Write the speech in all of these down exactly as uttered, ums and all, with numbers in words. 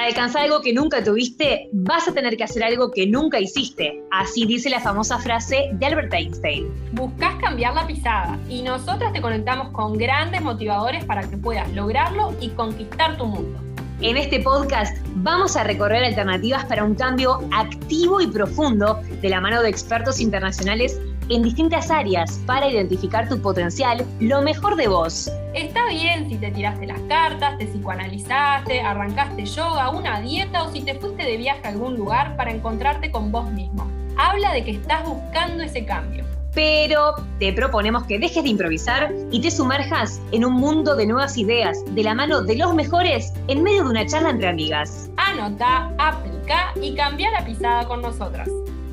alcanzar algo que nunca tuviste, vas a tener que hacer algo que nunca hiciste. Así dice la famosa frase de Albert Einstein. Buscás cambiar la pisada y nosotras te conectamos con grandes motivadores para que puedas lograrlo y conquistar tu mundo. En este podcast vamos a recorrer alternativas para un cambio activo y profundo de la mano de expertos internacionales en distintas áreas para identificar tu potencial, lo mejor de vos. Está bien si te tiraste las cartas, te psicoanalizaste, arrancaste yoga, una dieta o si te fuiste de viaje a algún lugar para encontrarte con vos mismo. Habla de que estás buscando ese cambio. Pero te proponemos que dejes de improvisar y te sumerjas en un mundo de nuevas ideas, de la mano de los mejores, en medio de una charla entre amigas. Anotá, aplica y cambia la pisada con nosotras.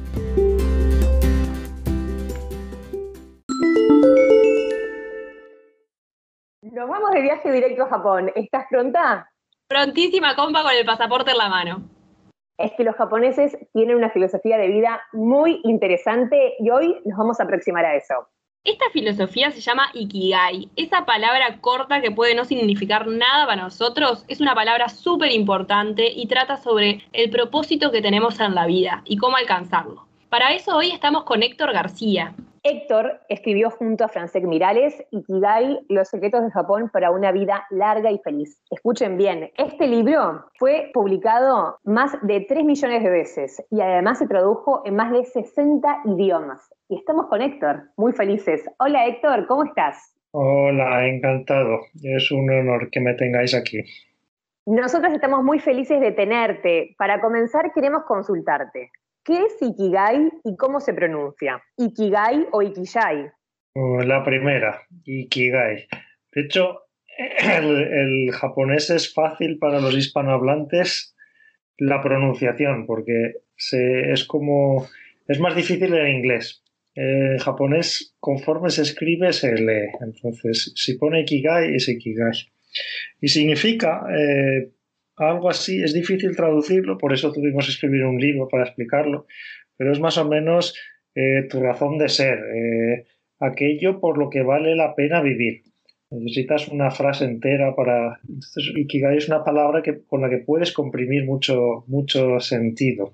Nos vamos de viaje directo a Japón. ¿Estás pronta? Prontísima, compa, con el pasaporte en la mano. Es que los japoneses tienen una filosofía de vida muy interesante y hoy nos vamos a aproximar a eso. Esta filosofía se llama Ikigai. Esa palabra corta que puede no significar nada para nosotros es una palabra súper importante y trata sobre el propósito que tenemos en la vida y cómo alcanzarlo. Para eso hoy estamos con Héctor García. Héctor escribió junto a Francesc Miralles Ikigai, los secretos de Japón para una vida larga y feliz. Escuchen bien, este libro fue publicado más de tres millones de veces y además se tradujo en más de sesenta idiomas. Y estamos con Héctor, muy felices. Hola Héctor, ¿cómo estás? Hola, encantado. Es un honor que me tengáis aquí. Nosotros estamos muy felices de tenerte. Para comenzar queremos consultarte. ¿Qué es Ikigai y cómo se pronuncia? ¿Ikigai o Ikigai? La primera, Ikigai. De hecho, el, el japonés es fácil para los hispanohablantes la pronunciación, porque se, es como es más difícil en inglés. En japonés, conforme se escribe, se lee. Entonces, si pone Ikigai, es Ikigai. Y significa... Eh, algo así, es difícil traducirlo, por eso tuvimos que escribir un libro para explicarlo, pero es más o menos eh, tu razón de ser, eh, aquello por lo que vale la pena vivir. Necesitas una frase entera para... Entonces, Ikigai es una palabra que, con la que puedes comprimir mucho, mucho sentido.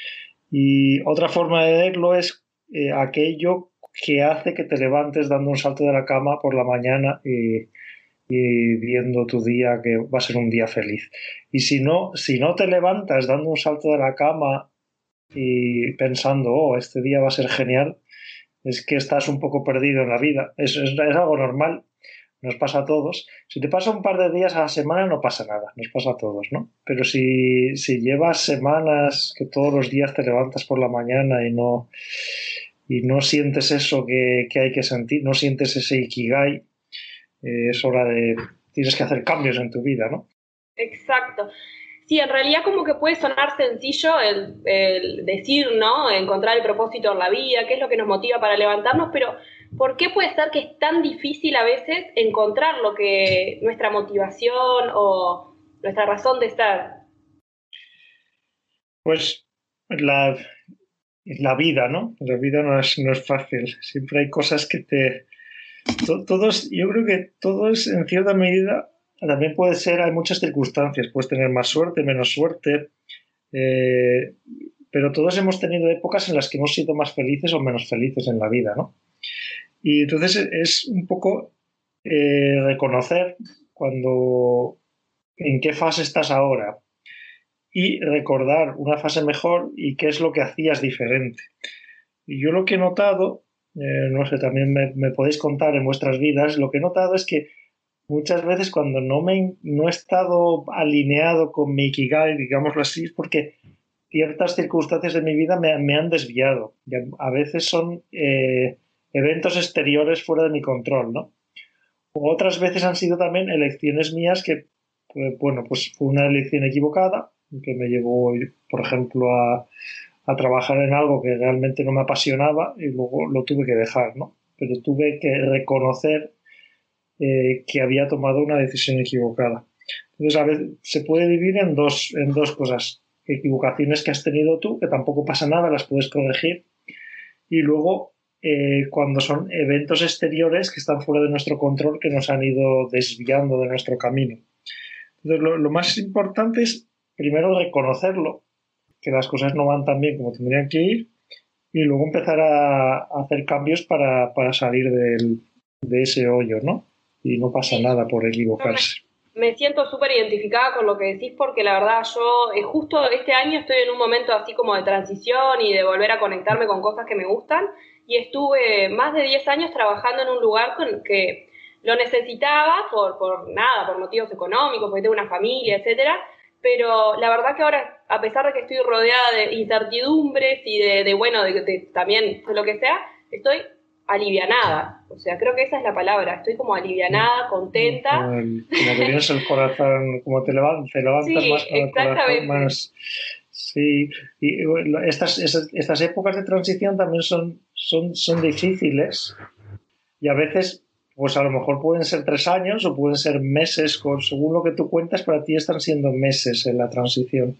Y otra forma de verlo es eh, aquello que hace que te levantes dando un salto de la cama por la mañana y... y viendo tu día que va a ser un día feliz. Y si no, si no te levantas dando un salto de la cama y pensando, oh, este día va a ser genial, es que estás un poco perdido en la vida. Es, es, es algo normal, nos pasa a todos. Si te pasa un par de días a la semana no pasa nada, nos pasa a todos, ¿no? Pero si, si llevas semanas que todos los días te levantas por la mañana y no, y no sientes eso que, que hay que sentir, no sientes ese Ikigai, Eh, es hora de... tienes que hacer cambios en tu vida, ¿no? Exacto. Sí, en realidad como que puede sonar sencillo el, el decir, ¿no? Encontrar el propósito en la vida, qué es lo que nos motiva para levantarnos, pero ¿por qué puede ser que es tan difícil a veces encontrar lo que nuestra motivación o nuestra razón de estar? Pues la, la vida, ¿no? La vida no es, no es fácil. Siempre hay cosas que te... Todos, yo creo que todos en cierta medida también puede ser, hay muchas circunstancias, puedes tener más suerte, menos suerte, eh, pero todos hemos tenido épocas en las que hemos sido más felices o menos felices en la vida, ¿no? Y entonces es un poco eh, reconocer cuando, en qué fase estás ahora y recordar una fase mejor y qué es lo que hacías diferente. Y yo lo que he notado, Eh, no sé, también me, me podéis contar en vuestras vidas, lo que he notado es que muchas veces cuando no, me, no he estado alineado con mi Ikigai, digámoslo así, es porque ciertas circunstancias de mi vida me, me han desviado. Y a, a veces son eh, eventos exteriores fuera de mi control, ¿no? O otras veces han sido también elecciones mías que, pues, bueno, pues fue una elección equivocada, que me llevó, por ejemplo, a... a trabajar en algo que realmente no me apasionaba y luego lo tuve que dejar, ¿no? Pero tuve que reconocer eh, que había tomado una decisión equivocada. Entonces, a veces se puede vivir en dos, en dos cosas. Equivocaciones que has tenido tú, que tampoco pasa nada, las puedes corregir. Y luego, eh, cuando son eventos exteriores que están fuera de nuestro control, que nos han ido desviando de nuestro camino. Entonces, lo, lo más importante es primero reconocerlo, que las cosas no van tan bien como tendrían que ir, y luego empezar a, a hacer cambios para, para salir del, de ese hoyo, ¿no? Y no pasa nada por equivocarse. Me siento súper identificada con lo que decís porque la verdad yo eh, justo este año estoy en un momento así como de transición y de volver a conectarme con cosas que me gustan y estuve más de diez años trabajando en un lugar con que lo necesitaba por, por nada, por motivos económicos, porque tengo una familia, etcétera, pero la verdad que ahora, a pesar de que estoy rodeada de incertidumbres y de, de bueno, de, de también de lo que sea, estoy alivianada, o sea, creo que esa es la palabra, estoy como alivianada, contenta. Como, el, como que tienes el corazón, como te levantas, te levantas sí, más con el corazón, más... Sí, y estas, estas, estas épocas de transición también son, son, son difíciles y a veces, pues a lo mejor pueden ser tres años o pueden ser meses, con, según lo que tú cuentas, para ti están siendo meses en la transición.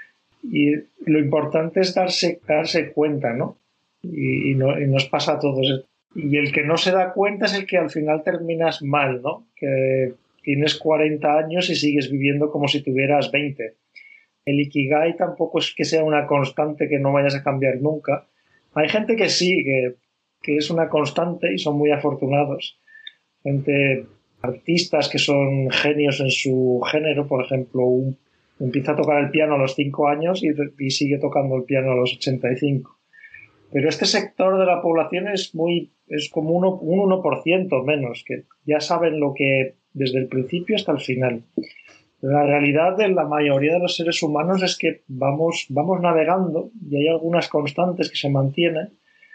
Y lo importante es darse, darse cuenta, ¿no? Y, y, no, y nos pasa a todos. Y el que no se da cuenta es el que al final terminas mal, ¿no? Que tienes cuarenta años y sigues viviendo como si tuvieras veinte. El Ikigai tampoco es que sea una constante que no vayas a cambiar nunca. Hay gente que sí, que, que es una constante y son muy afortunados. Gente, artistas que son genios en su género, por ejemplo, un, empieza a tocar el piano a los cinco años y, y sigue tocando el piano a los ochenta y cinco. Pero este sector de la población es muy es como uno, un uno por ciento menos, que ya saben lo que desde el principio hasta el final. La realidad de la mayoría de los seres humanos es que vamos, vamos navegando y hay algunas constantes que se mantienen,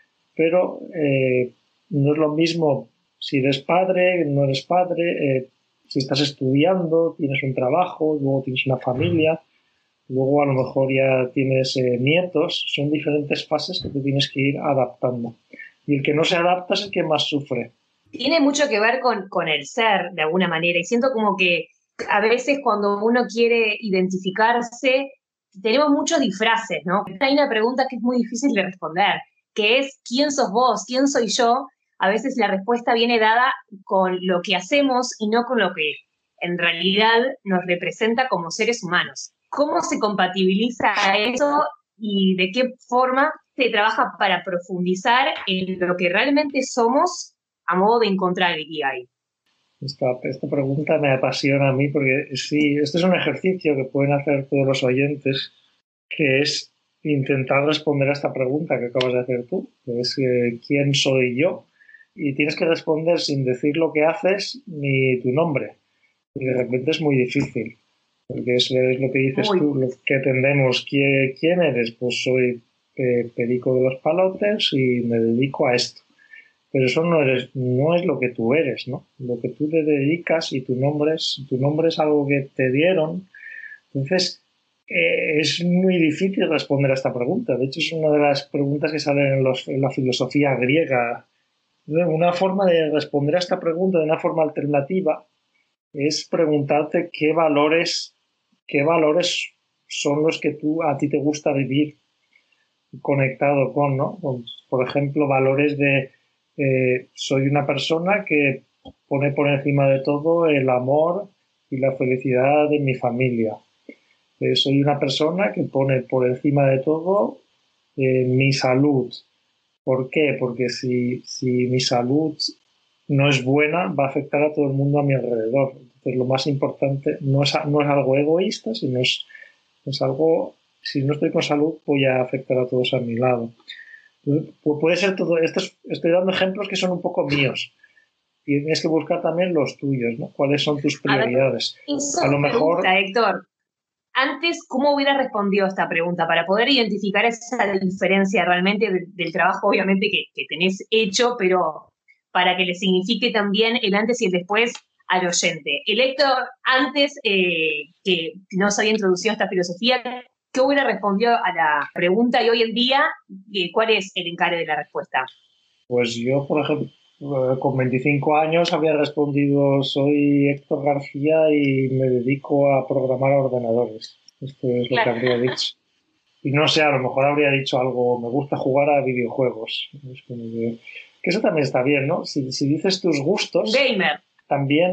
pero eh, no es lo mismo si eres padre, no eres padre, eh, si estás estudiando, tienes un trabajo, luego tienes una familia, luego a lo mejor ya tienes eh, nietos, son diferentes fases que te tienes que ir adaptando. Y el que no se adapta es el que más sufre. Tiene mucho que ver con, con el ser, de alguna manera, y siento como que a veces cuando uno quiere identificarse, tenemos muchos disfraces, ¿no? Hay una pregunta que es muy difícil de responder, que es ¿quién sos vos? ¿Quién soy yo? A veces la respuesta viene dada con lo que hacemos y no con lo que en realidad nos representa como seres humanos. ¿Cómo se compatibiliza eso y de qué forma se trabaja para profundizar en lo que realmente somos a modo de encontrar el Ikigai? Esta, esta pregunta me apasiona a mí porque sí, este es un ejercicio que pueden hacer todos los oyentes, que es intentar responder a esta pregunta que acabas de hacer tú, que es eh, ¿quién soy yo? Y tienes que responder sin decir lo que haces ni tu nombre. Y de repente es muy difícil, porque eso es lo que dices Uy. tú, lo que tendemos. ¿Quién eres? Pues soy eh, Perico de los Palotes y me dedico a esto. Pero eso no, eres, no es lo que tú eres, ¿no? Lo que tú te dedicas y tu nombre es, tu nombre es algo que te dieron. Entonces, eh, es muy difícil responder a esta pregunta. De hecho, es una de las preguntas que salen en, los, en la filosofía griega. Una forma de responder a esta pregunta de una forma alternativa es preguntarte qué valores, qué valores son los que tú, a ti te gusta vivir conectado con, ¿no? Con, por ejemplo, valores de eh, soy una persona que pone por encima de todo el amor y la felicidad de mi familia. Eh, soy una persona que pone por encima de todo eh, mi salud. ¿Por qué? Porque si, si mi salud no es buena, va a afectar a todo el mundo a mi alrededor. Entonces, lo más importante no es, no es algo egoísta, sino es, es algo, si no estoy con salud, voy a afectar a todos a mi lado. Entonces, puede ser todo, estos, estoy dando ejemplos que son un poco míos. Y tienes que buscar también los tuyos, ¿no? ¿Cuáles son tus prioridades? A, ver, eso a lo mejor... me gusta, Héctor. Antes, ¿cómo hubiera respondido a esta pregunta? Para poder identificar esa diferencia realmente del, del trabajo, obviamente, que, que tenés hecho, pero para que le signifique también el antes y el después al oyente. El Héctor, antes eh, que no se había introducido esta filosofía, ¿qué hubiera respondido a la pregunta? Y hoy en día, eh, ¿cuál es el encare de la respuesta? Pues yo, por ejemplo, con veinticinco años había respondido soy Héctor García y me dedico a programar ordenadores. Esto es lo claro. que habría dicho. Y no sé, a lo mejor habría dicho algo, me gusta jugar a videojuegos. Es como que, que eso también está bien, ¿no? Si, si dices tus gustos, gamer. También,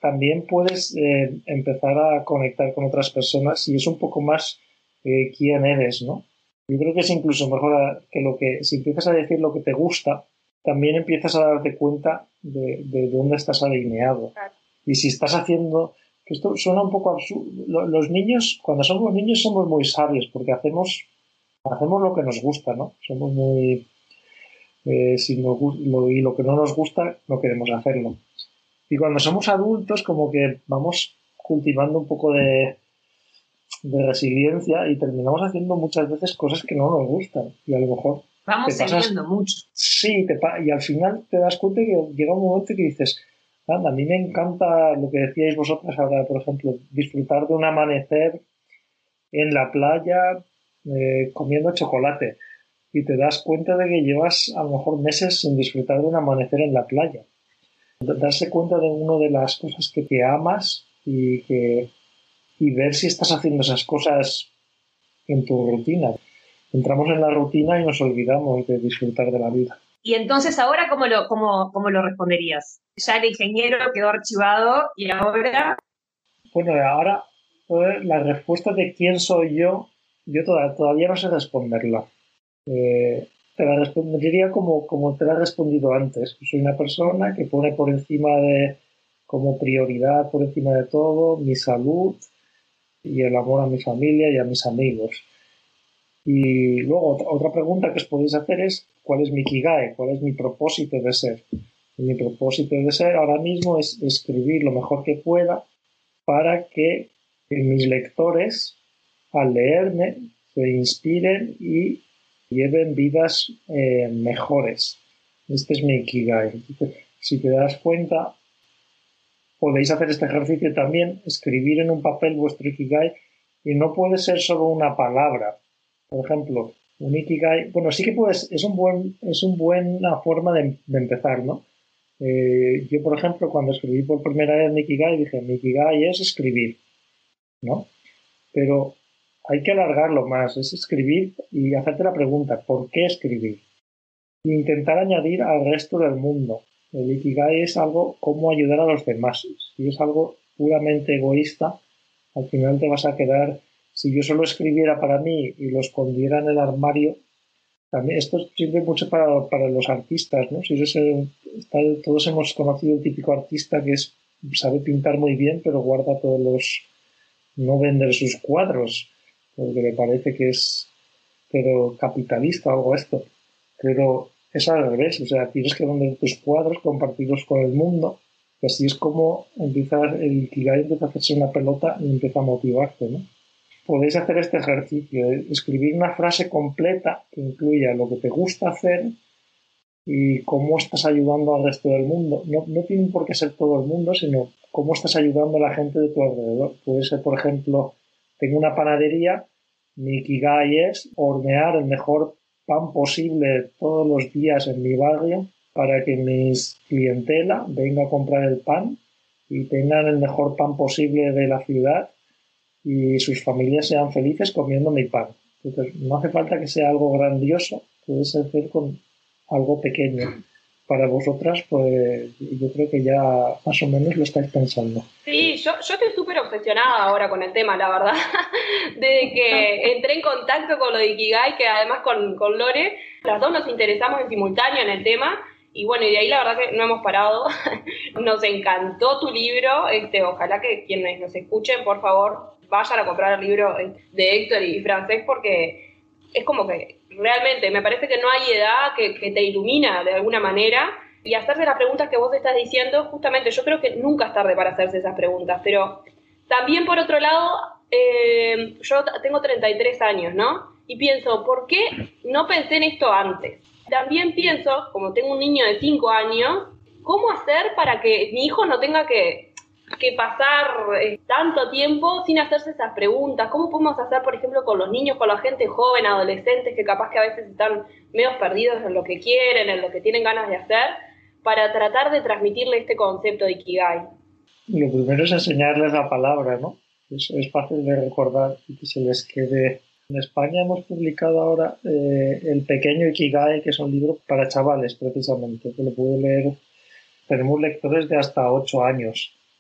también puedes eh, empezar a conectar con otras personas y es un poco más eh, quién eres, ¿no? Yo creo que es incluso mejor que lo que, si empiezas a decir lo que te gusta, también empiezas a darte cuenta de, de dónde estás alineado. Y si estás haciendo, esto suena un poco absurdo, los niños, cuando somos niños somos muy sabios porque hacemos, hacemos lo que nos gusta, ¿no? Somos muy, eh, si nos, lo, y lo que no nos gusta no queremos hacerlo. Y cuando somos adultos como que vamos cultivando un poco de, de resiliencia y terminamos haciendo muchas veces cosas que no nos gustan y a lo mejor vamos cediendo mucho. Sí, te, y al final te das cuenta que llega un momento que dices, anda, a mí me encanta lo que decíais vosotras ahora, por ejemplo, disfrutar de un amanecer en la playa eh, comiendo chocolate y te das cuenta de que llevas a lo mejor meses sin disfrutar de un amanecer en la playa. Darse cuenta de una de las cosas que te amas y, que, y ver si estás haciendo esas cosas en tu rutina. Entramos en la rutina y nos olvidamos de disfrutar de la vida. Y entonces, ¿ahora cómo lo, cómo, cómo lo responderías? Ya el ingeniero quedó archivado y ahora... Bueno, ahora la respuesta de quién soy yo, yo todavía, todavía no sé responderla. Eh, te la respondería como, como te la he respondido antes. Soy una persona que pone por encima de, como prioridad, por encima de todo, mi salud y el amor a mi familia y a mis amigos. Y luego otra pregunta que os podéis hacer es ¿cuál es mi Ikigai? ¿Cuál es mi propósito de ser? Y mi propósito de ser ahora mismo es escribir lo mejor que pueda para que mis lectores al leerme se inspiren y lleven vidas eh, mejores. Este es mi Ikigai. Si te das cuenta, podéis hacer este ejercicio también, escribir en un papel vuestro Ikigai y no puede ser solo una palabra. Por ejemplo, un Ikigai, bueno, sí que puedes, es un buen, es una buena forma de, de empezar, ¿no? Eh, yo, por ejemplo, cuando escribí por primera vez mi Ikigai, dije, mi Ikigai es escribir, ¿no? Pero hay que alargarlo más, es escribir y hacerte la pregunta, ¿por qué escribir? E intentar añadir al resto del mundo. El Ikigai es algo como ayudar a los demás. Si es algo puramente egoísta, al final te vas a quedar... Si yo solo escribiera para mí y lo escondiera en el armario, también esto sirve mucho para, para los artistas, ¿no? Si es el, está, todos hemos conocido el típico artista que es, sabe pintar muy bien, pero guarda todos los... no vender sus cuadros, porque le parece que es pero capitalista o algo esto. Pero es al revés, o sea, tienes que vender tus cuadros, compartirlos con el mundo, y así es como empieza el Ikigai empieza a hacerse una pelota y empieza a motivarte, ¿no? Podéis hacer este ejercicio, escribir una frase completa que incluya lo que te gusta hacer y cómo estás ayudando al resto del mundo. No, no tiene por qué ser todo el mundo, sino cómo estás ayudando a la gente de tu alrededor. Puede ser, por ejemplo, tengo una panadería, mi Ikigai es hornear el mejor pan posible todos los días en mi barrio para que mi clientela venga a comprar el pan y tengan el mejor pan posible de la ciudad y sus familias sean felices comiendo mi pan. Entonces, no hace falta que sea algo grandioso, puede ser con algo pequeño. Para vosotras, pues yo creo que ya más o menos lo estáis pensando. Sí, yo, yo estoy súper obsesionada ahora con el tema, la verdad. Desde que entré en contacto con lo de Ikigai, que además con, con Lore, las dos nos interesamos en simultáneo en el tema. Y bueno, y de ahí la verdad que no hemos parado. Nos encantó tu libro. Este, ojalá que quienes nos escuchen, por favor, vayan a comprar el libro de Héctor y Francés, porque es como que realmente me parece que no hay edad que, que te ilumina de alguna manera. Y hacerse las preguntas que vos estás diciendo, justamente yo creo que nunca es tarde para hacerse esas preguntas. Pero también, por otro lado, eh, yo tengo treinta y tres años, ¿no? Y pienso, ¿por qué no pensé en esto antes? También pienso, como tengo un niño de cinco años, ¿cómo hacer para que mi hijo no tenga que, que pasar eh, tanto tiempo sin hacerse esas preguntas? ¿Cómo podemos hacer, por ejemplo, con los niños, con la gente joven, adolescentes, que capaz que a veces están medio perdidos en lo que quieren, en lo que tienen ganas de hacer, para tratar de transmitirle este concepto de Ikigai? Lo primero es enseñarles la palabra, ¿no? Es, es fácil de recordar y que se les quede. En España hemos publicado ahora eh, El Pequeño Ikigai, que es un libro para chavales, precisamente, que lo puede leer. Tenemos lectores de hasta ocho años.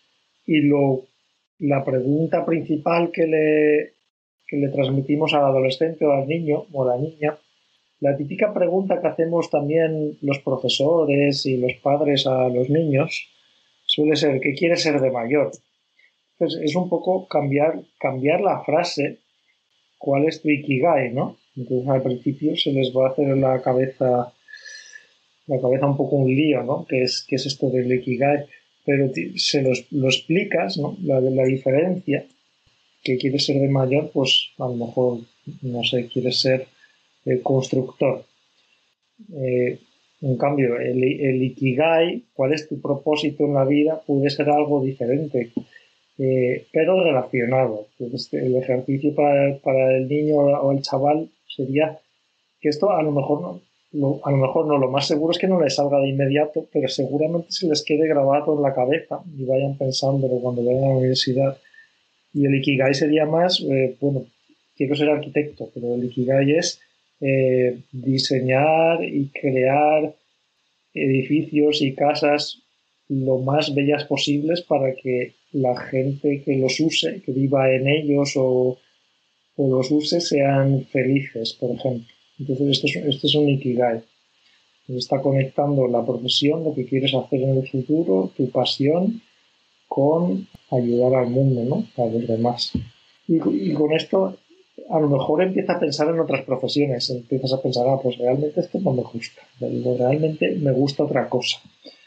y lo, la pregunta principal que le, que le transmitimos al adolescente o al niño o a la niña, la típica pregunta que hacemos también los profesores y los padres a los niños, suele ser, ¿qué quieres ser de mayor? Entonces, es un poco cambiar, cambiar la frase, ¿cuál es tu ikigai, no? Entonces, al principio se les va a hacer la cabeza, la cabeza un poco un lío, ¿no? ¿Qué es, qué es esto del ikigai? Pero se los, lo explicas, ¿no? La, la diferencia, que quieres ser de mayor, pues a lo mejor, no sé, quieres ser eh, constructor. Eh, en cambio, el, el ikigai, ¿cuál es tu propósito en la vida? Puede ser algo diferente. Eh, pero relacionado. Entonces, el ejercicio para, para el niño o el chaval sería que esto a lo mejor no, lo, a lo mejor no, lo más seguro es que no les salga de inmediato, pero seguramente se les quede grabado en la cabeza y vayan pensándolo cuando vayan a la universidad. Y el ikigai sería más, eh, bueno, quiero ser arquitecto, pero el ikigai es eh, diseñar y crear edificios y casas lo más bellas posibles para que la gente que los use, que viva en ellos o, o los use, sean felices, por ejemplo. Entonces, esto es, esto es un ikigai. Está conectando la profesión, lo que quieres hacer en el futuro, tu pasión, con ayudar al mundo, ¿no? A los demás. Y, y con esto, a lo mejor empiezas a pensar en otras profesiones. Empiezas a pensar, ah, pues realmente esto no me gusta. Realmente me gusta otra cosa.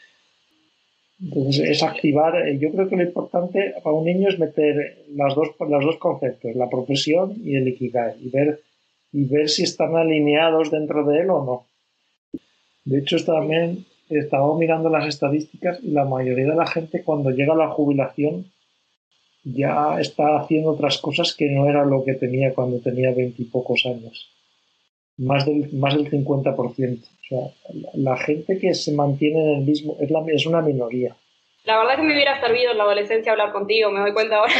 Entonces, es activar, yo creo que lo importante para un niño es meter las dos, los dos conceptos, la profesión y el ikigai, y ver, y ver si están alineados dentro de él o no. De hecho, también estaba mirando las estadísticas y la mayoría de la gente cuando llega a la jubilación ya está haciendo otras cosas que no era lo que tenía cuando tenía veintipocos años. Más del, más del cincuenta por ciento. O sea, la, la gente que se mantiene en el mismo es, la, es una minoría. La verdad que me hubiera servido en la adolescencia hablar contigo, me doy cuenta ahora.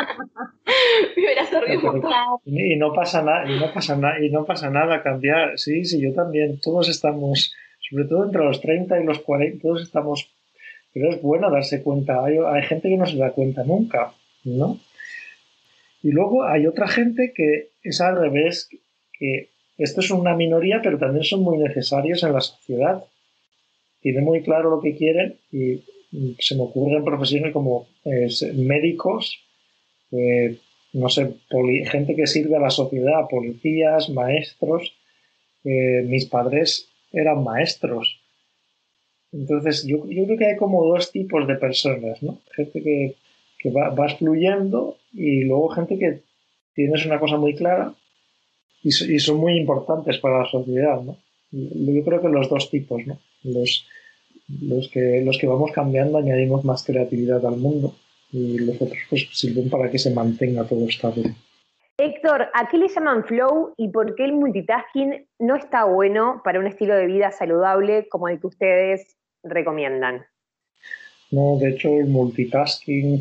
Me hubiera servido un montón. Y no pasa nada, y no pasa nada, y no pasa nada cambiar. Sí, sí, yo también. Todos estamos, sobre todo entre los treinta y los cuarenta, todos estamos. Pero es bueno darse cuenta. Hay, hay gente que no se da cuenta nunca, ¿no? Y luego hay otra gente que es al revés, que esto es una minoría, pero también son muy necesarios en la sociedad. Tienen muy claro lo que quieren y se me ocurren profesiones como eh, médicos, eh, no sé, poli, gente que sirve a la sociedad, policías, maestros. Eh, mis padres eran maestros. Entonces, yo, yo creo que hay como dos tipos de personas, ¿no? Gente que, que va, vas fluyendo y luego gente que tienes una cosa muy clara y, y son muy importantes para la sociedad, ¿no? Yo creo que los dos tipos, ¿no? Los, los, que, los que vamos cambiando añadimos más creatividad al mundo y los otros pues sirven para que se mantenga todo estable. Héctor, ¿a qué le llaman flow y por qué el multitasking no está bueno para un estilo de vida saludable como el que ustedes recomiendan? No, de hecho el multitasking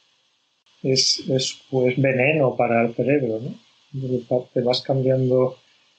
es, es pues veneno para el cerebro, ¿no? Te vas cambiando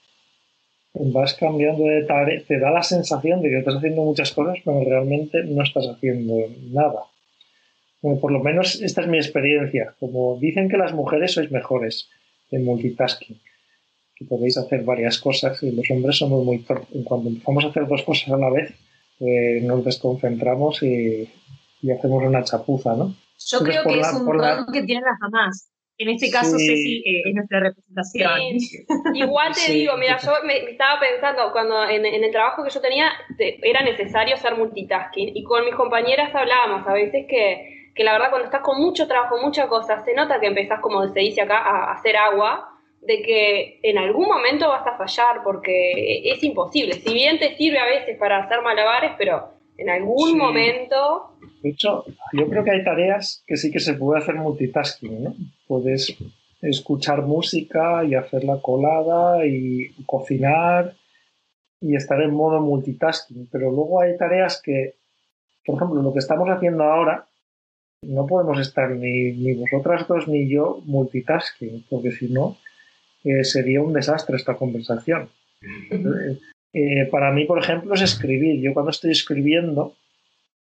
vas cambiando de tarea, te da la sensación de que estás haciendo muchas cosas pero realmente no estás haciendo nada. Bueno, por lo menos esta es mi experiencia. Como dicen que las mujeres sois mejores en multitasking, que podéis hacer varias cosas y los hombres somos muy torpes. Cuando empezamos a hacer dos cosas a la vez eh, nos desconcentramos y, y hacemos una chapuza, ¿no? Yo Entonces, creo que la, es un don la... que tienen las mamás. En este caso, sí. Ceci eh, es nuestra representación. Sí. Igual te sí. digo, mira, yo me, me estaba pensando, cuando en, en el trabajo que yo tenía, te, era necesario hacer multitasking. Y con mis compañeras hablábamos a veces que, que la verdad cuando estás con mucho trabajo, muchas cosas, se nota que empezás, como se dice acá, a, a hacer agua, de que en algún momento vas a fallar, porque es imposible. Si bien te sirve a veces para hacer malabares, pero en algún sí. momento... De hecho, yo creo que hay tareas que sí que se puede hacer multitasking, ¿no? Puedes escuchar música y hacer la colada y cocinar y estar en modo multitasking, pero luego hay tareas que, por ejemplo, lo que estamos haciendo ahora, no podemos estar ni, ni vosotras dos ni yo multitasking, porque si no, eh, sería un desastre esta conversación. Uh-huh. Eh, para mí, por ejemplo, es escribir. Yo cuando estoy escribiendo,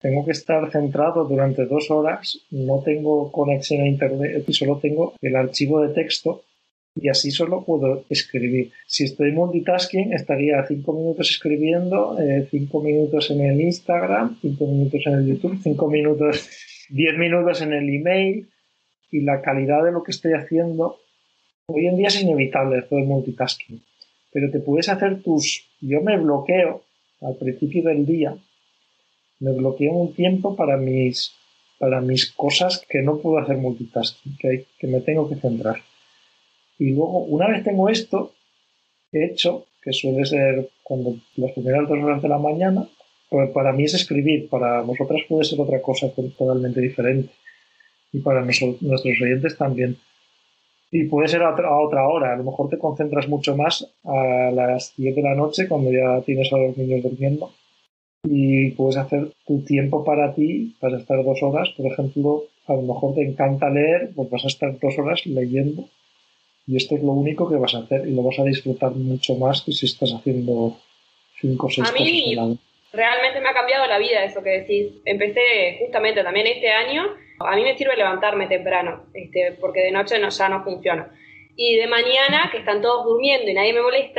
tengo que estar centrado durante dos horas, no tengo conexión a internet y solo tengo el archivo de texto y así solo puedo escribir. Si estoy multitasking, estaría cinco minutos escribiendo, eh, cinco minutos en el Instagram, cinco minutos en el YouTube, cinco minutos, diez minutos en el email, y la calidad de lo que estoy haciendo hoy en día es inevitable todo el multitasking. Pero te puedes hacer tus... Yo me bloqueo al principio del día, me bloqueo un tiempo para mis, para mis cosas que no puedo hacer multitasking, que, que me tengo que centrar. Y luego, una vez tengo esto hecho, que suele ser cuando las primeras dos horas de la mañana, pues para mí es escribir, para vosotras puede ser otra cosa totalmente diferente. Y para nosotros, nuestros oyentes también. Y puede ser a otra, a otra hora, a lo mejor te concentras mucho más a las diez de la noche cuando ya tienes a los niños durmiendo y puedes hacer tu tiempo para ti, vas a estar dos horas, por ejemplo, a lo mejor te encanta leer, pues vas a estar dos horas leyendo y esto es lo único que vas a hacer y lo vas a disfrutar mucho más que si estás haciendo cinco o seis cosas a la vez. Realmente me ha cambiado la vida eso que decís. Empecé justamente también este año. A mí me sirve levantarme temprano, este, porque de noche no, ya no funciona. Y de mañana, que están todos durmiendo y nadie me molesta,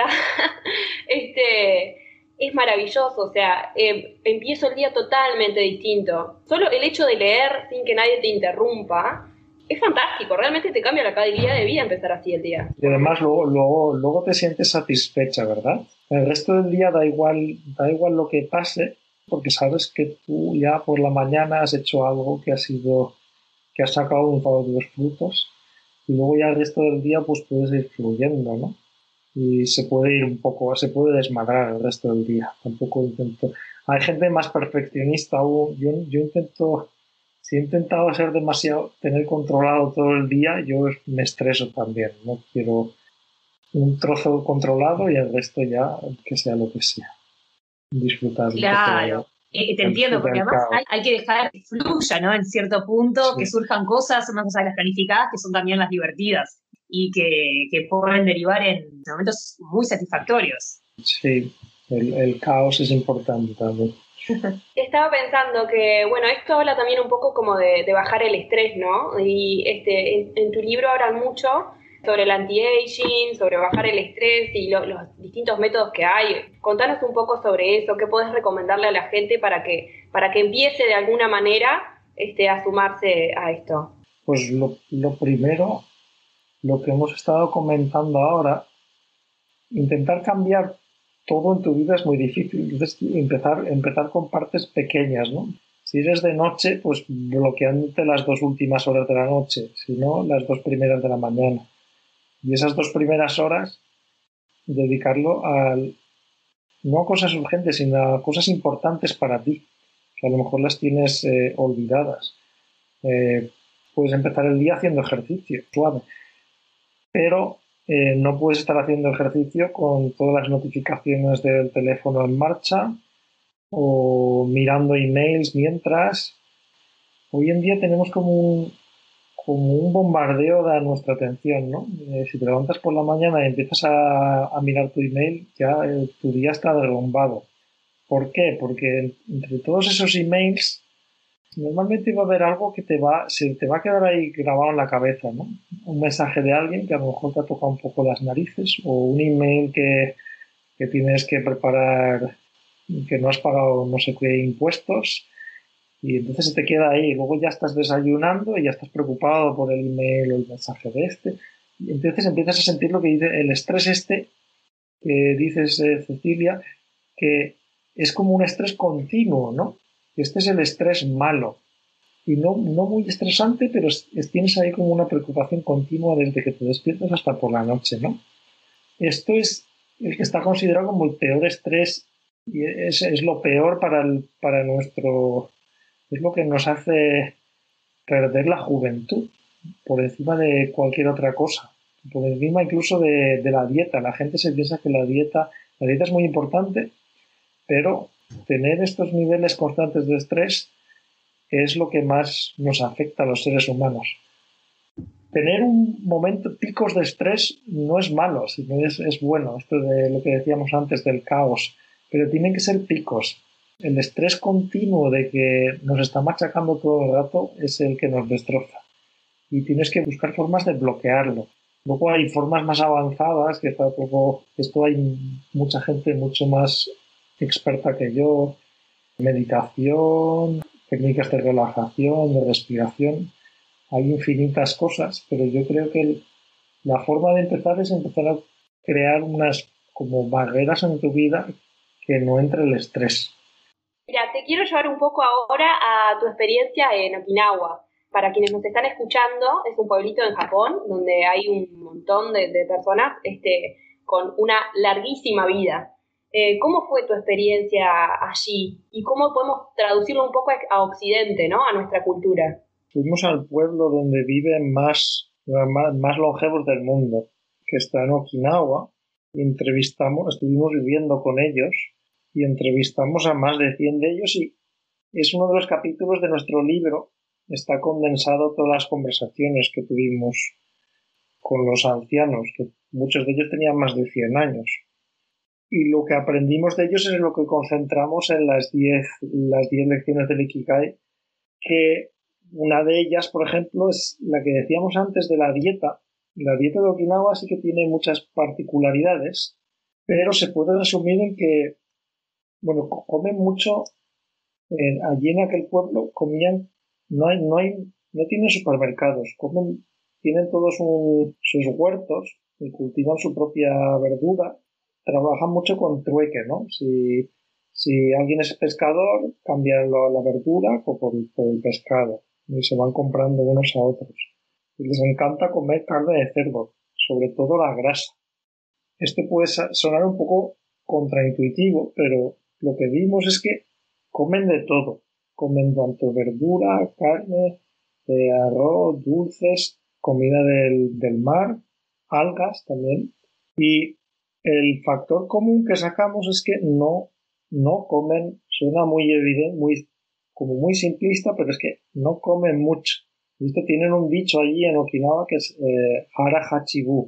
este, es maravilloso. O sea, eh, empiezo el día totalmente distinto. Solo el hecho de leer sin que nadie te interrumpa es fantástico. Realmente te cambia la calidad de vida empezar así el día. Y además luego, luego, luego te sientes satisfecha, ¿verdad? El resto del día da igual, da igual lo que pase, porque sabes que tú ya por la mañana has hecho algo que ha sido, que has sacado un par de los frutos y luego ya el resto del día pues puedes ir fluyendo, ¿no? Y se puede ir un poco, se puede desmadrar el resto del día. Tampoco intento... Hay gente más perfeccionista aún. Yo, yo intento... Si he intentado ser demasiado, tener controlado todo el día, yo me estreso también. No quiero un trozo controlado y el resto ya que sea lo que sea. Disfrutar. Claro, eh, te entiendo, porque además hay, hay que dejar que fluya, ¿no? En cierto punto, sí. Que surjan cosas, más allá de las planificadas, que son también las divertidas y que, que pueden derivar en momentos muy satisfactorios. Sí, el, el caos es importante también. Estaba pensando que, bueno, esto habla también un poco como de, de bajar el estrés, ¿no? Y este, en, en tu libro hablan mucho sobre el anti-aging, sobre bajar el estrés y lo, los distintos métodos que hay. Contanos un poco sobre eso, qué podés recomendarle a la gente para que, para que empiece de alguna manera este, a sumarse a esto. Pues lo, lo primero, lo que hemos estado comentando ahora, intentar cambiar todo en tu vida es muy difícil. Entonces, empezar, empezar con partes pequeñas, ¿no? Si eres de noche, pues bloqueándote las dos últimas horas de la noche, si no, las dos primeras de la mañana. Y esas dos primeras horas, dedicarlo a, no a cosas urgentes, sino a cosas importantes para ti, que a lo mejor las tienes eh, olvidadas. Eh, puedes empezar el día haciendo ejercicio, suave, pero eh, no puedes estar haciendo ejercicio con todas las notificaciones del teléfono en marcha o mirando emails mientras. Hoy en día tenemos como un, como un bombardeo de nuestra atención, ¿no? Eh, si te levantas por la mañana y empiezas a, a mirar tu email, ya eh, tu día está derrumbado. ¿Por qué? Porque entre todos esos emails normalmente va a haber algo que te va, se te va a quedar ahí grabado en la cabeza, ¿no? Un mensaje de alguien que a lo mejor te ha tocado un poco las narices o un email que, que tienes que preparar, que no has pagado no sé qué impuestos y entonces se te queda ahí. Luego ya estás desayunando y ya estás preocupado por el email o el mensaje de este y entonces empiezas a sentir lo que dice el estrés este que dices, eh, Cecilia, que es como un estrés continuo, ¿no? Este es el estrés malo y no, no muy estresante, pero es, es, tienes ahí como una preocupación continua desde que te despiertas hasta por la noche, ¿no? Esto es el que está considerado como el peor estrés y es, es lo peor para, el, para nuestro... es lo que nos hace perder la juventud por encima de cualquier otra cosa, por encima incluso de, de la dieta. La gente se piensa que la dieta, la dieta es muy importante, pero tener estos niveles constantes de estrés es lo que más nos afecta a los seres humanos. Tener un momento, picos de estrés no es malo, sino es, es bueno, esto de lo que decíamos antes del caos, pero tienen que ser picos. el estrés continuo de que nos está machacando todo el rato es el que nos destroza. Y tienes que buscar formas de bloquearlo. Luego hay formas más avanzadas, que tampoco, esto hay mucha gente mucho más experta que yo, meditación, técnicas de relajación, de respiración, hay infinitas cosas, pero yo creo que el, la forma de empezar es empezar a crear unas como barreras en tu vida que no entre el estrés. Mira, te quiero llevar un poco ahora a tu experiencia en Okinawa. Para quienes nos están escuchando, es un pueblito en Japón donde hay un montón de, de personas este, con una larguísima vida. Eh, ¿Cómo fue tu experiencia allí? ¿Y cómo podemos traducirlo un poco a Occidente, ¿no? A nuestra cultura. Fuimos al pueblo donde viven más, más, más longevos del mundo, que está en Okinawa, y entrevistamos, estuvimos viviendo con ellos y entrevistamos a más de cien de ellos, y es uno de los capítulos de nuestro libro. Está condensado todas las conversaciones que tuvimos con los ancianos, que muchos de ellos tenían más de cien años. Y lo que aprendimos de ellos es lo que concentramos en las diez las diez lecciones del Ikigai, que una de ellas, por ejemplo, es la que decíamos antes de la dieta. La dieta de Okinawa sí que tiene muchas particularidades, pero se puede resumir en que, bueno, comen mucho. Eh, allí en aquel pueblo comían, no hay, no hay, no tienen supermercados, comen, tienen todos un, sus huertos y cultivan su propia verdura. Trabajan mucho con trueque, ¿no? Si, si alguien es pescador, cambian la, la verdura por, por, por el pescado y se van comprando unos a otros. Y les encanta comer carne de cerdo, sobre todo la grasa. Esto puede sonar un poco contraintuitivo, pero lo que vimos es que comen de todo. Comen tanto verdura, carne, eh, arroz, dulces, comida del, del mar, algas también. Y el factor común que sacamos es que no, no comen, suena muy evidente, muy, como muy simplista, pero es que no comen mucho. ¿Viste? Tienen un dicho allí en Okinawa que es eh, hara hachibu,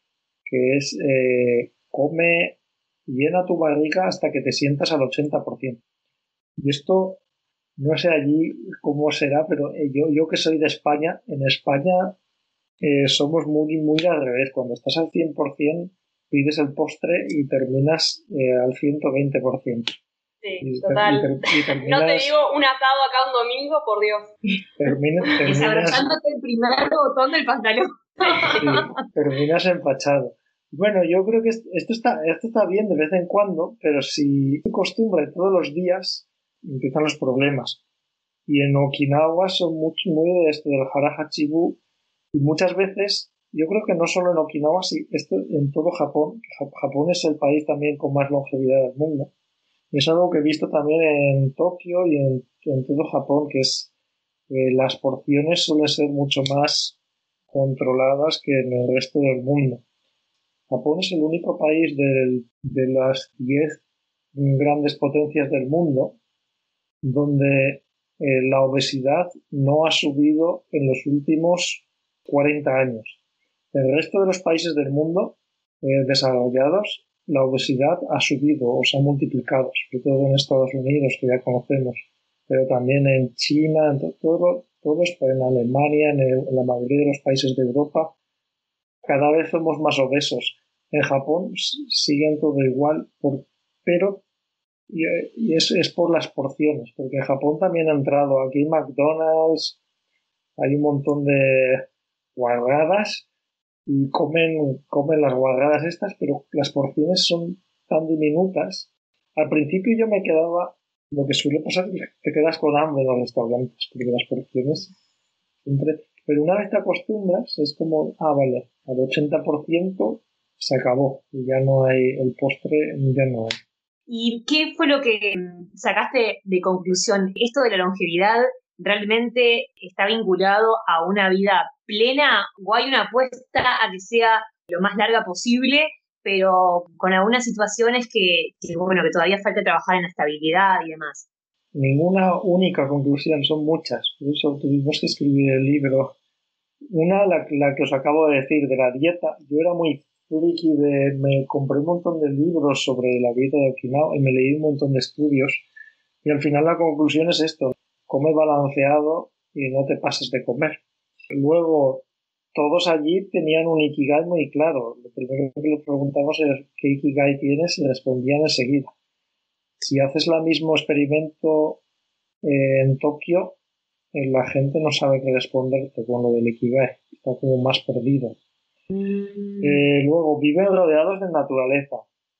que es eh, come, llena tu barriga hasta que te sientas al ochenta por ciento. Y esto, no sé allí cómo será, pero yo, yo que soy de España, en España eh, somos muy, muy al revés. Cuando estás al cien por ciento, pides el postre y terminas eh, al ciento veinte por ciento. Sí, y, total. Y ter, y terminas, no te digo un asado acá un domingo, por Dios. Termina, terminas, Desabrochándote el primer botón del pantalón. Sí, terminas empachado. Bueno, yo creo que esto está, esto está bien de vez en cuando, pero si te acostumbras todos los días, empiezan los problemas. Y en Okinawa son mucho, muy de esto del hara hachibu, y muchas veces, yo creo que no solo en Okinawa, sí, esto en todo Japón. Japón es el país también con más longevidad del mundo. Es algo que he visto también en Tokio y en, en todo Japón, que es eh, las porciones suelen ser mucho más controladas que en el resto del mundo. Japón es el único país del, de las diez grandes potencias del mundo donde eh, la obesidad no ha subido en los últimos cuarenta años. El resto de los países del mundo eh, desarrollados, la obesidad ha subido o se ha multiplicado, sobre todo en Estados Unidos, que ya conocemos, pero también en China, en todo, todo esto, en Alemania, en, el, en la mayoría de los países de Europa, cada vez somos más obesos. En Japón siguen todo igual, por, pero y, y es, es por las porciones, porque en Japón también ha entrado, aquí McDonald's, hay un montón de guarradas y comen, comen las guarradas estas, pero las porciones son tan diminutas. Al principio yo me quedaba, lo que suele pasar es que te quedas con hambre en los restaurantes, porque las porciones siempre... Pero una vez te acostumbras, es como, ah, vale, al ochenta por ciento se acabó, y ya no hay el postre, ya no hay. ¿Y qué fue lo que sacaste de conclusión? ¿Esto de la longevidad realmente está vinculado a una vida plena o hay una apuesta a que sea lo más larga posible, pero con algunas situaciones que, que, bueno, que todavía falta trabajar en la estabilidad y demás? Ninguna única conclusión, son muchas. Por eso tuvimos que escribir el libro. Una, la, la que os acabo de decir, de la dieta. Yo era muy friki de... Me compré un montón de libros sobre la dieta de Okinawa y me leí un montón de estudios Y al final la conclusión es esto, come balanceado y no te pases de comer. Luego, todos allí tenían un Ikigai muy claro. Lo primero que les preguntamos es ¿qué Ikigai tienes? Y respondían enseguida. Si haces el mismo experimento eh, en Tokio, eh, la gente no sabe qué responderte con lo del Ikigai. Está como más perdido. Mm. Eh, luego, viven rodeados de naturaleza.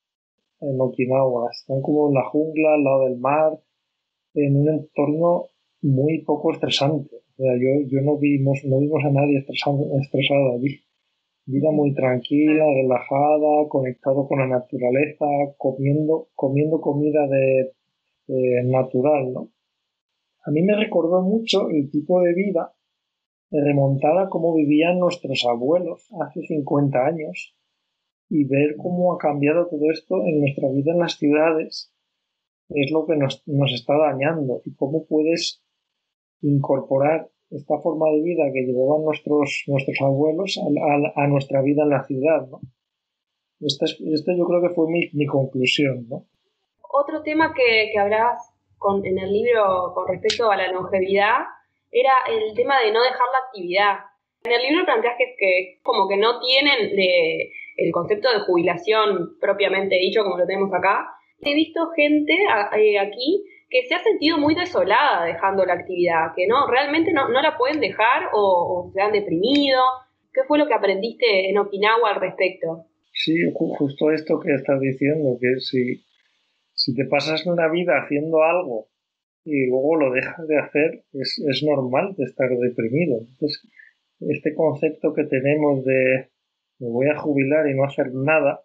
En Okinawa. Están como en la jungla, al lado del mar, en un entorno muy poco estresante. O sea, yo, yo no vimos, no vimos a nadie estresado, estresado allí. Vida muy tranquila, relajada, conectado con la naturaleza, comiendo, comiendo comida de, de natural, ¿no? A mí me recordó mucho el tipo de vida remontada a cómo vivían nuestros abuelos hace cincuenta años y ver cómo ha cambiado todo esto en nuestra vida en las ciudades es lo que nos, nos está dañando y cómo puedes incorporar esta forma de vida que llevaban nuestros, nuestros abuelos a, a, a nuestra vida en la ciudad, ¿no? Esta es, este yo creo que fue mi, mi conclusión, ¿no? Otro tema que, que hablabas con, en el libro con respecto a la longevidad era el tema de no dejar la actividad. En el libro planteas que, que como que no tienen de, el concepto de jubilación propiamente dicho, como lo tenemos acá. He visto gente eh, aquí que se ha sentido muy desolada dejando la actividad, que no realmente no, no la pueden dejar o, o se han deprimido. ¿Qué fue lo que aprendiste en Okinawa al respecto? Sí, justo esto que estás diciendo, que si, si te pasas una vida haciendo algo y luego lo dejas de hacer, es, es normal de estar deprimido. Entonces, este concepto que tenemos de me voy a jubilar y no hacer nada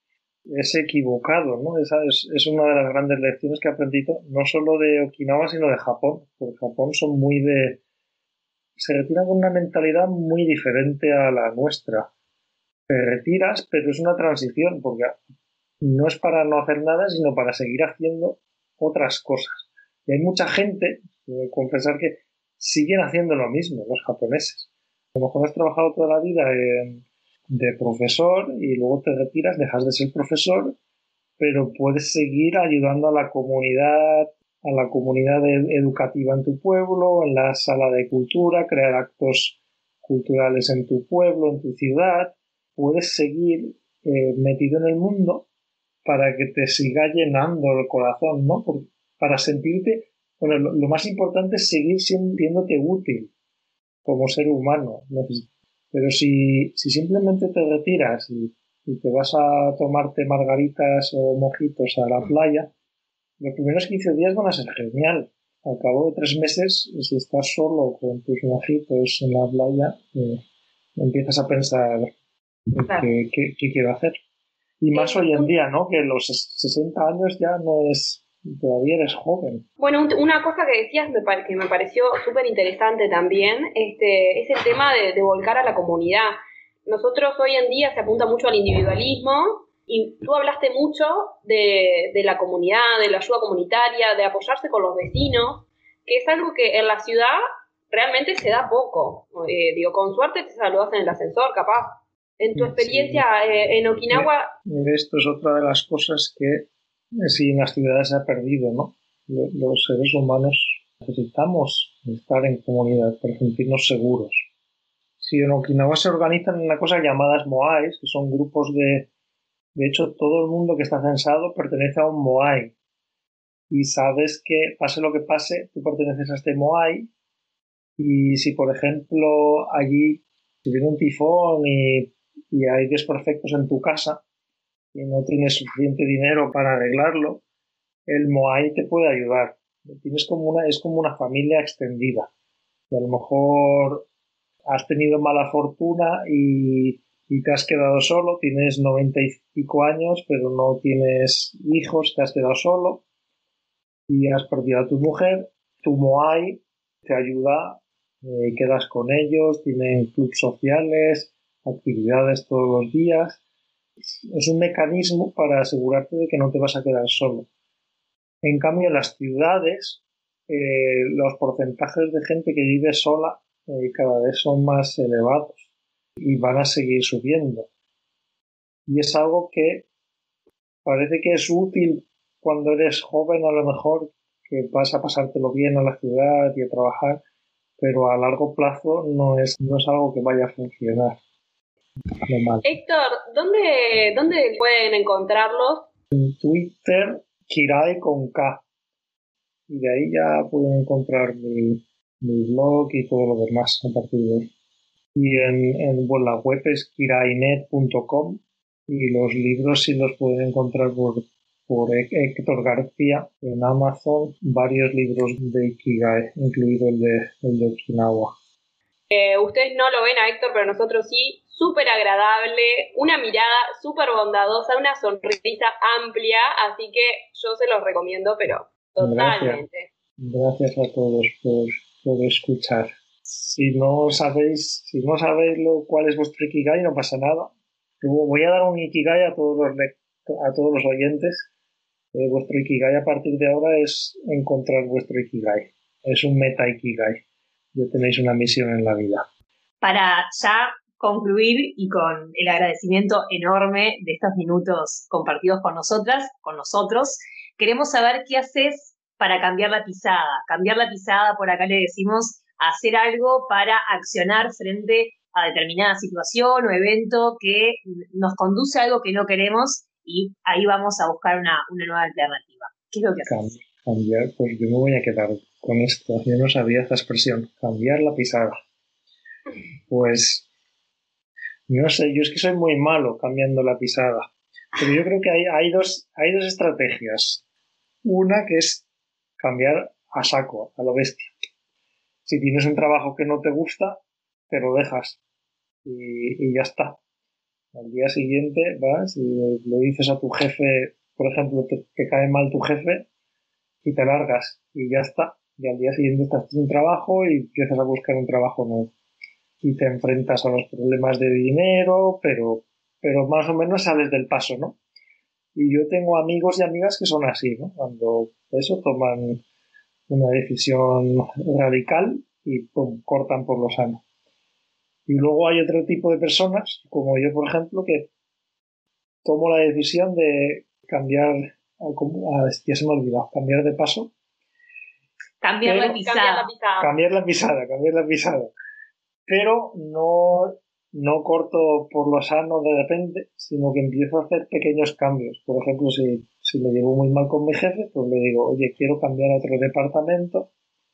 es equivocado, ¿no? Esa es, es una de las grandes lecciones que he aprendido, no solo de Okinawa, sino de Japón. Porque Japón son muy de... se retiran con una mentalidad muy diferente a la nuestra. Te retiras, pero es una transición, porque no es para no hacer nada, sino para seguir haciendo otras cosas. Y hay mucha gente, debo confesar, que siguen haciendo lo mismo, los japoneses. A lo mejor has trabajado toda la vida en, de profesor y luego te retiras, dejas de ser profesor, pero puedes seguir ayudando a la comunidad, a la comunidad educativa en tu pueblo, en la sala de cultura, crear actos culturales en tu pueblo, en tu ciudad. Puedes seguir eh, metido en el mundo para que te siga llenando el corazón, ¿no? Por, para sentirte, bueno, lo, lo más importante es seguir sintiéndote útil como ser humano. Pero si, si simplemente te retiras y, y te vas a tomarte margaritas o mojitos a la playa, los primeros quince días van a ser genial. Al cabo de tres meses, si estás solo con tus mojitos en la playa, eh, empiezas a pensar claro. qué, qué, qué quiero hacer. Y más hoy en día, ¿no? Que los sesenta años ya no es... todavía eres joven. Bueno, una cosa que decías que me pareció súper interesante también este, es el tema de, de volcar a la comunidad. Nosotros hoy en día se apunta mucho al individualismo y tú hablaste mucho de, de la comunidad, de la ayuda comunitaria, de apoyarse con los vecinos, que es algo que en la ciudad realmente se da poco. Eh, digo, con suerte te saludas en el ascensor, capaz. En tu experiencia sí. eh, en Okinawa... Esto es otra de las cosas que sí en las ciudades se ha perdido, ¿no? Los seres humanos necesitamos estar en comunidad para sentirnos seguros. Sí, en Okinawa se organizan una cosa llamadas moais, que son grupos de... De hecho, todo el mundo que está censado pertenece a un moai. Y sabes que, pase lo que pase, tú perteneces a este moai. Y si, por ejemplo, allí si viene un tifón y, y hay desperfectos en tu casa y no tienes suficiente dinero para arreglarlo, el moai te puede ayudar. Tienes como una, es como una familia extendida. Y a lo mejor has tenido mala fortuna y, y te has quedado solo, tienes noventa y pico años, pero no tienes hijos, te has quedado solo y has perdido a tu mujer. Tu moai te ayuda, eh, quedas con ellos, tienen clubes sociales, actividades todos los días. Es un mecanismo para asegurarte de que no te vas a quedar solo. En cambio, en las ciudades, eh, los porcentajes de gente que vive sola eh, cada vez son más elevados y van a seguir subiendo. Y es algo que parece que es útil cuando eres joven, a lo mejor, que vas a pasártelo bien a la ciudad y a trabajar, pero a largo plazo no es, no es algo que vaya a funcionar. Normal. Héctor, ¿dónde, ¿dónde pueden encontrarlos? En Twitter, Kirai con K. Y de ahí ya pueden encontrar mi, mi blog y todo lo demás a partir de ahí. Y en, en bueno, la web es kirainet punto com y los libros sí los pueden encontrar por, por Héctor García en Amazon, varios libros de Ikigai, incluido el de, el de Okinawa. Eh, ustedes no lo ven a Héctor, pero nosotros sí. Súper agradable, una mirada súper bondadosa, una sonrisa amplia, así que yo se los recomiendo, pero totalmente. Gracias, Gracias a todos por, por escuchar. Si no sabéis, si no sabéis lo, cuál es vuestro Ikigai, no pasa nada. Voy a dar un Ikigai a todos los, a todos los oyentes. Eh, vuestro Ikigai a partir de ahora es encontrar vuestro Ikigai. Es un meta Ikigai. Ya tenéis una misión en la vida. Para ya concluir y con el agradecimiento enorme de estos minutos compartidos con nosotras, con nosotros, queremos saber qué haces para cambiar la pisada. Cambiar la pisada, por acá le decimos, hacer algo para accionar frente a determinada situación o evento que nos conduce a algo que no queremos y ahí vamos a buscar una, una nueva alternativa. ¿Qué es lo que haces? Cambiar, pues yo me voy a quedar con esto. Yo no sabía esta expresión, cambiar la pisada. Pues no sé, yo es que soy muy malo cambiando la pisada. Pero yo creo que hay, hay, dos, hay dos estrategias. Una que es cambiar a saco, a lo bestia. Si tienes un trabajo que no te gusta, te lo dejas. Y, y ya está. Al día siguiente vas y le, le dices a tu jefe, por ejemplo, te, te cae mal tu jefe y te largas. Y ya está. Y al día siguiente estás sin trabajo y empiezas a buscar un trabajo nuevo. Y te enfrentas a los problemas de dinero, pero, pero más o menos sales del paso, ¿no? Y yo tengo amigos y amigas que son así, ¿no? Cuando eso toman una decisión radical y pum, cortan por lo sano. Y luego hay otro tipo de personas, como yo, por ejemplo, que tomo la decisión de cambiar, a, ya se me ha olvidado, cambiar de paso. Cambiar la pisada. Cambiar la pisada, cambiar la pisada. Pero no, no corto por lo sano de repente, sino que empiezo a hacer pequeños cambios. Por ejemplo, si, si me llevo muy mal con mi jefe, pues le digo, oye, quiero cambiar a otro departamento,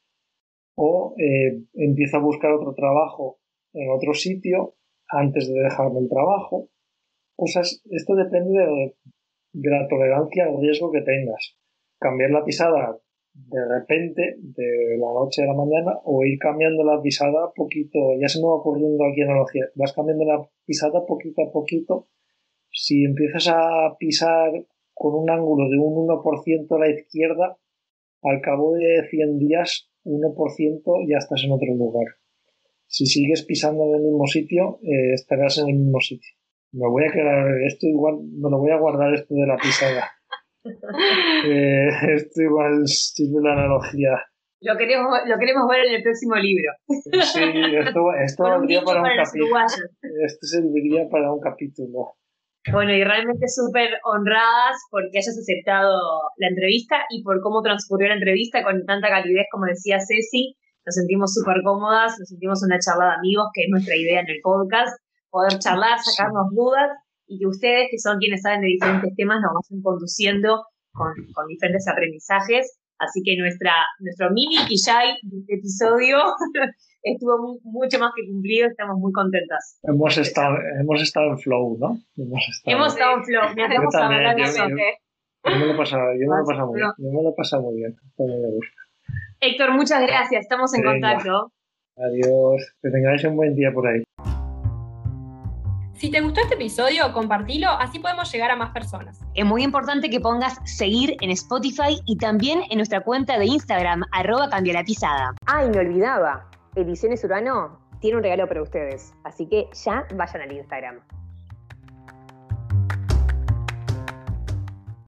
o eh, empiezo a buscar otro trabajo en otro sitio antes de dejarme el trabajo. Cosas, esto depende de, de la tolerancia al riesgo que tengas. Cambiar la pisada de repente, de la noche a la mañana, o ir cambiando la pisada poquito, ya se me va ocurriendo aquí analogía, vas cambiando la pisada poquito a poquito. Si empiezas a pisar con un ángulo de un uno por ciento a la izquierda, al cabo de cien días, uno por ciento ya estás en otro lugar. Si sigues pisando en el mismo sitio, eh, estarás en el mismo sitio. Me voy a quedar, esto igual, me lo voy a guardar esto de la pisada. Eh, esto igual sirve la analogía. Lo queremos, lo queremos ver en el próximo libro. Sí, esto, esto valdría para un capítulo. Esto serviría para un capítulo. Bueno, y realmente súper honradas porque hayas aceptado la entrevista y por cómo transcurrió la entrevista con tanta calidez, como decía Ceci. Nos sentimos súper cómodas, nos sentimos una charla de amigos, que es nuestra idea en el podcast, poder charlar, sacarnos sí. dudas, y que ustedes, que son quienes saben de diferentes temas, nos vayan conduciendo con, con diferentes aprendizajes. Así que nuestra, nuestro mini Ikigai de este episodio estuvo muy, mucho más que cumplido, estamos muy contentas. Hemos estado, hemos estado en flow, ¿no? Hemos estado, hemos estado en flow, me hacemos a hablar de eso. Yo me lo he pasado, yo me lo he pasado muy bien, yo me lo he pasado muy bien, todo me gusta. Héctor, muchas gracias, estamos en Venga. contacto. Adiós, que tengáis un buen día por ahí. Si te gustó este episodio, compartilo, así podemos llegar a más personas. Es muy importante que pongas seguir en Spotify y también en nuestra cuenta de Instagram, arroba Cambia la Pisada. Ah, y me olvidaba, Ediciones Urbano tiene un regalo para ustedes, así que ya vayan al Instagram.